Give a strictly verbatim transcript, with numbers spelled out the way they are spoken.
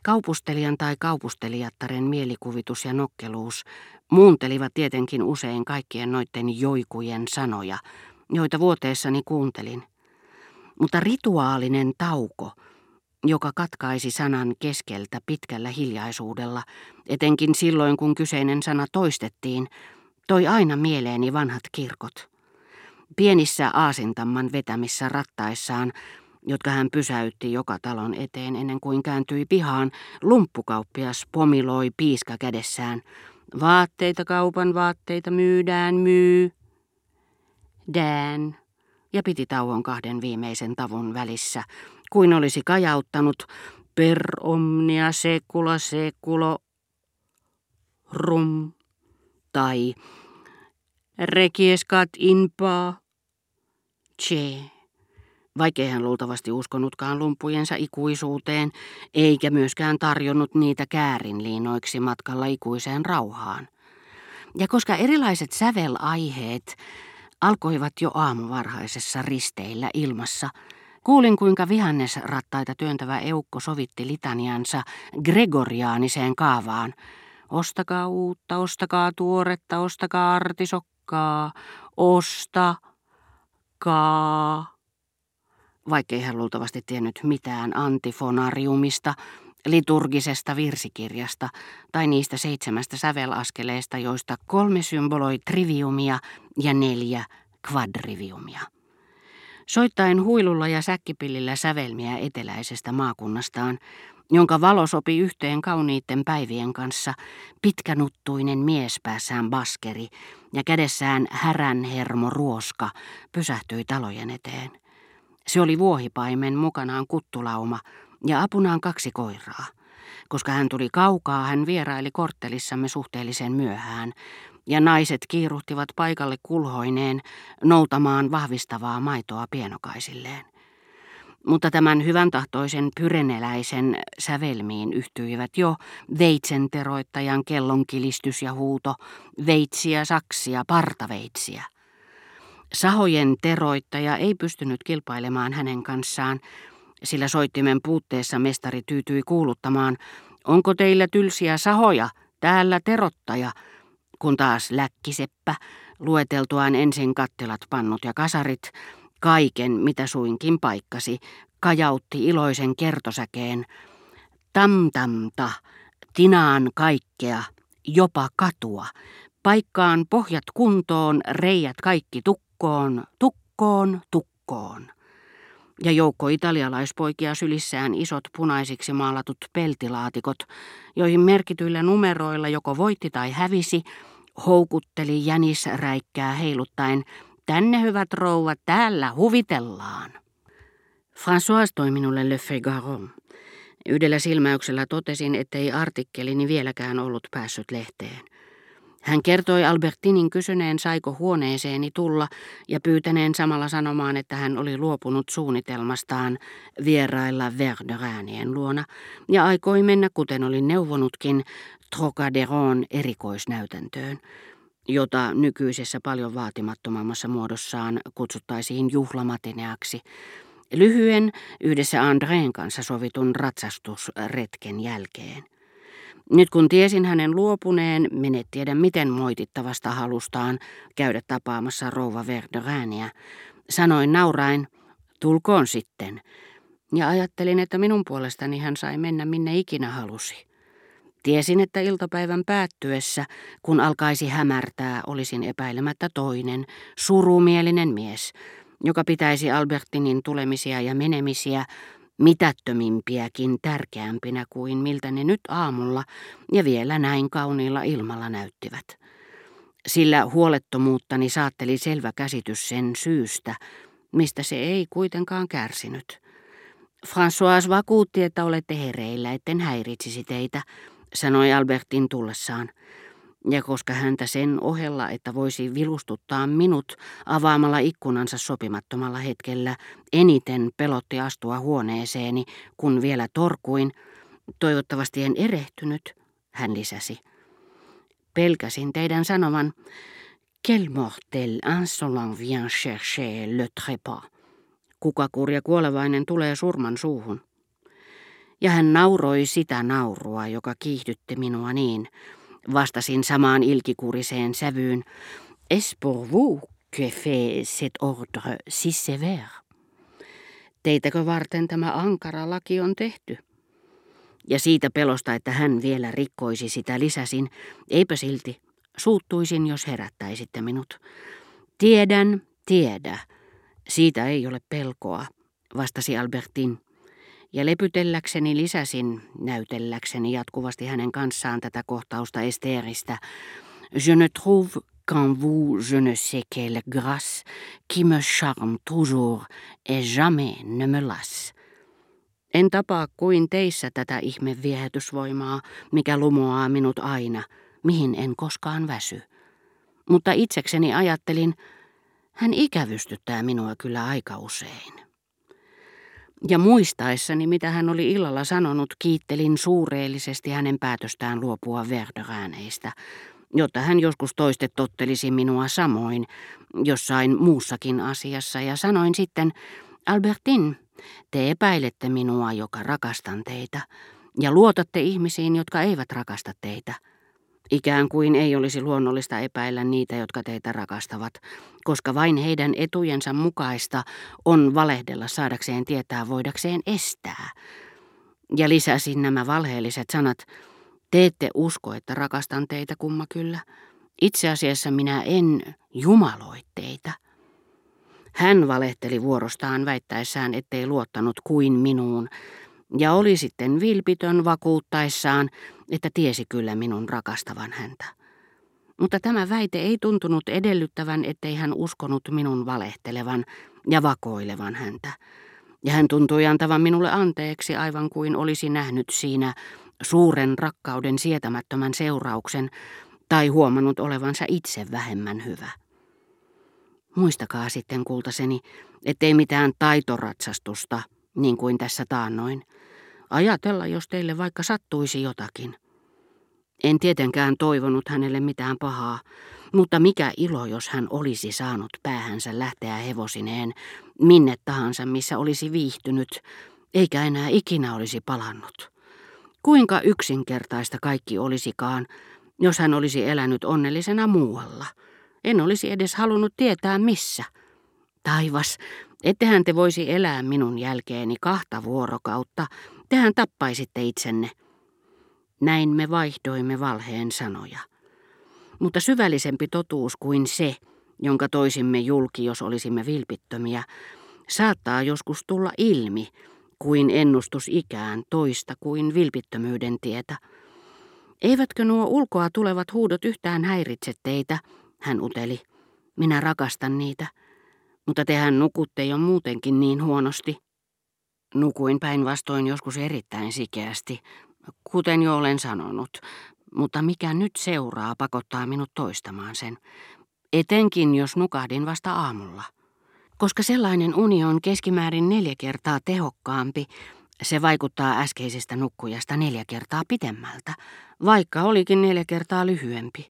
Kaupustelijan tai kaupustelijattaren mielikuvitus ja nokkeluus muuntelivat tietenkin usein kaikkien noitten joikujen sanoja, joita vuoteessani kuuntelin. Mutta rituaalinen tauko, joka katkaisi sanan keskeltä pitkällä hiljaisuudella, etenkin silloin kun kyseinen sana toistettiin, toi aina mieleeni vanhat kirkot. Pienissä aasintamman vetämissä rattaissaan, jotka hän pysäytti joka talon eteen ennen kuin kääntyi pihaan, lumppukauppias pomiloi piiska kädessään. Vaatteita kaupan, vaatteita myydään, myy. Dään. Ja piti tauon kahden viimeisen tavun välissä, kuin olisi kajauttanut per omnia secula seculo rum tai requiescat in pa che. Vaikkei hän luultavasti uskonutkaan lumpujensa ikuisuuteen, eikä myöskään tarjonnut niitä käärinliinoiksi matkalla ikuiseen rauhaan. Ja koska erilaiset sävelaiheet alkoivat jo aamuvarhaisessa risteillä ilmassa, kuulin kuinka vihannesrattaita työntävä eukko sovitti litaniansa gregoriaaniseen kaavaan. Ostakaa uutta, ostakaa tuoretta, ostakaa artisokkaa, ostakaa. Vaikkei hän luultavasti tiennyt mitään antifonariumista, liturgisesta virsikirjasta tai niistä seitsemästä sävelaskeleesta, joista kolme symboloi triviumia ja neljä quadriviumia. Soittaen huilulla ja säkkipillillä sävelmiä eteläisestä maakunnastaan, jonka valo sopi yhteen kauniitten päivien kanssa, pitkänuttuinen mies päässään baskeri ja kädessään häränhermo ruoska pysähtyi talojen eteen. Se oli vuohipaimen, mukanaan kuttulauma ja apunaan kaksi koiraa. Koska hän tuli kaukaa, hän vieraili korttelissamme suhteellisen myöhään, ja naiset kiiruhtivat paikalle kulhoineen noutamaan vahvistavaa maitoa pienokaisilleen. Mutta tämän hyvän tahtoisen pyreneläisen sävelmiin yhtyivät jo veitsen teroittajan kellonkilistys ja huuto, veitsiä, saksia, partaveitsiä. Sahojen teroittaja ei pystynyt kilpailemaan hänen kanssaan, sillä soittimen puutteessa mestari tyytyi kuuluttamaan, onko teillä tylsiä sahoja, täällä terottaja, kun taas läkkiseppä, lueteltuaan ensin kattilat, pannut ja kasarit, kaiken mitä suinkin paikkasi, kajautti iloisen kertosäkeen, tamtamta, tinaan kaikkea, jopa katua, paikkaan pohjat kuntoon, reijät kaikki tukkoon, tukkoon, tukkoon. Ja joukko italialaispoikia sylissään isot punaisiksi maalatut peltilaatikot, joihin merkityillä numeroilla joko voitti tai hävisi, houkutteli jänisräikkää heiluttaen, tänne hyvät rouvat, täällä huvitellaan. François toi minulle Le Figaro. Yhdellä silmäyksellä totesin, ettei artikkelini vieläkään ollut päässyt lehteen. Hän kertoi Albertinin kysyneen, saiko huoneeseeni tulla, ja pyytäneen samalla sanomaan, että hän oli luopunut suunnitelmastaan vierailla Verderäänien luona, ja aikoi mennä, kuten olin neuvonutkin, Trocaderon erikoisnäytäntöön, jota nykyisessä paljon vaatimattomammassa muodossaan kutsuttaisiin juhlamatineaksi, lyhyen yhdessä Andreen kanssa sovitun ratsastusretken jälkeen. Nyt kun tiesin hänen luopuneen, menet tiedä miten moitittavasta halustaan käydä tapaamassa rouva Verderääniä, sanoin nauraen, tulkoon sitten, ja ajattelin, että minun puolestani hän sai mennä minne ikinä halusi. Tiesin, että iltapäivän päättyessä, kun alkaisi hämärtää, olisin epäilemättä toinen, surumielinen mies, joka pitäisi Albertinin tulemisia ja menemisiä mitättömimpiäkin tärkeämpinä kuin miltä ne nyt aamulla ja vielä näin kauniilla ilmalla näyttivät. Sillä huolettomuuttani saatteli selvä käsitys sen syystä, mistä se ei kuitenkaan kärsinyt. François vakuutti, että olette hereillä, etten häiritsisi teitä, sanoi Albertin tullessaan. Ja koska häntä sen ohella, että voisi vilustuttaa minut avaamalla ikkunansa sopimattomalla hetkellä, eniten pelotti astua huoneeseeni, kun vielä torkuin, toivottavasti en erehtynyt, hän lisäsi. Pelkäsin teidän sanovan, quel mortel insolent vient chercher le trépas. Kuka kurja kuolevainen tulee surman suuhun. Ja hän nauroi sitä naurua, joka kiihdytti minua niin. Vastasin samaan ilkikuriseen sävyyn. Est pour vous que fait cet ordre si sévère? Teitäkö varten tämä ankara laki on tehty? Ja siitä pelosta, että hän vielä rikkoisi sitä, lisäsin, eipä silti, suuttuisin, jos herättäisitte minut. Tiedän, tiedä, siitä ei ole pelkoa, vastasi Albertine. Ja lepytelläkseni lisäsin, näytelläkseni jatkuvasti hänen kanssaan tätä kohtausta Estheristä. Je ne trouve qu'en vous je ne sais quelle grâce qui me charme toujours et jamais ne me lasse. En tapaa kuin teissä tätä ihme viehätysvoimaa, mikä lumoaa minut aina, mihin en koskaan väsy. Mutta itsekseni ajattelin, hän ikävystyttää minua kyllä aika usein. Ja muistaessani, mitä hän oli illalla sanonut, kiittelin suureellisesti hänen päätöstään luopua Verderaneista, jotta hän joskus toiste tottelisi minua samoin, jossain muussakin asiassa, ja sanoin sitten, Albertine, te epäilette minua, joka rakastan teitä, ja luotatte ihmisiin, jotka eivät rakasta teitä. Ikään kuin ei olisi luonnollista epäillä niitä, jotka teitä rakastavat, koska vain heidän etujensa mukaista on valehdella saadakseen tietää voidakseen estää. Ja lisäsin nämä valheelliset sanat, te ette usko, että rakastan teitä kumma kyllä. Itse asiassa minä en jumaloi teitä. Hän valehteli vuorostaan väittäessään, ettei luottanut kuin minuun, ja oli sitten vilpitön vakuuttaessaan, että tiesi kyllä minun rakastavan häntä. Mutta tämä väite ei tuntunut edellyttävän, ettei hän uskonut minun valehtelevan ja vakoilevan häntä. Ja hän tuntui antavan minulle anteeksi, aivan kuin olisi nähnyt siinä suuren rakkauden sietämättömän seurauksen tai huomannut olevansa itse vähemmän hyvä. Muistakaa sitten, kultaseni, ettei mitään taitoratsastusta, niin kuin tässä taannoin. Ajatella, jos teille vaikka sattuisi jotakin. En tietenkään toivonut hänelle mitään pahaa, mutta mikä ilo, jos hän olisi saanut päähänsä lähteä hevosineen minne tahansa, missä olisi viihtynyt, eikä enää ikinä olisi palannut. Kuinka yksinkertaista kaikki olisikaan, jos hän olisi elänyt onnellisena muualla. En olisi edes halunnut tietää missä. Taivas, ettehän te voisi elää minun jälkeeni kahta vuorokautta, tehän tappaisitte itsenne. Näin me vaihdoimme valheen sanoja. Mutta syvällisempi totuus kuin se, jonka toisimme julki, jos olisimme vilpittömiä, saattaa joskus tulla ilmi, kuin ennustus ikään toista kuin vilpittömyyden tietä. Eivätkö nuo ulkoa tulevat huudot yhtään häiritse teitä, hän uteli. Minä rakastan niitä, mutta tehän nukutte jo muutenkin niin huonosti. Nukuin päinvastoin joskus erittäin sikeästi, kuten jo olen sanonut, mutta mikä nyt seuraa pakottaa minut toistamaan sen, etenkin jos nukahdin vasta aamulla. Koska sellainen uni on keskimäärin neljä kertaa tehokkaampi, se vaikuttaa äskeisestä nukkujasta neljä kertaa pitemmältä, vaikka olikin neljä kertaa lyhyempi.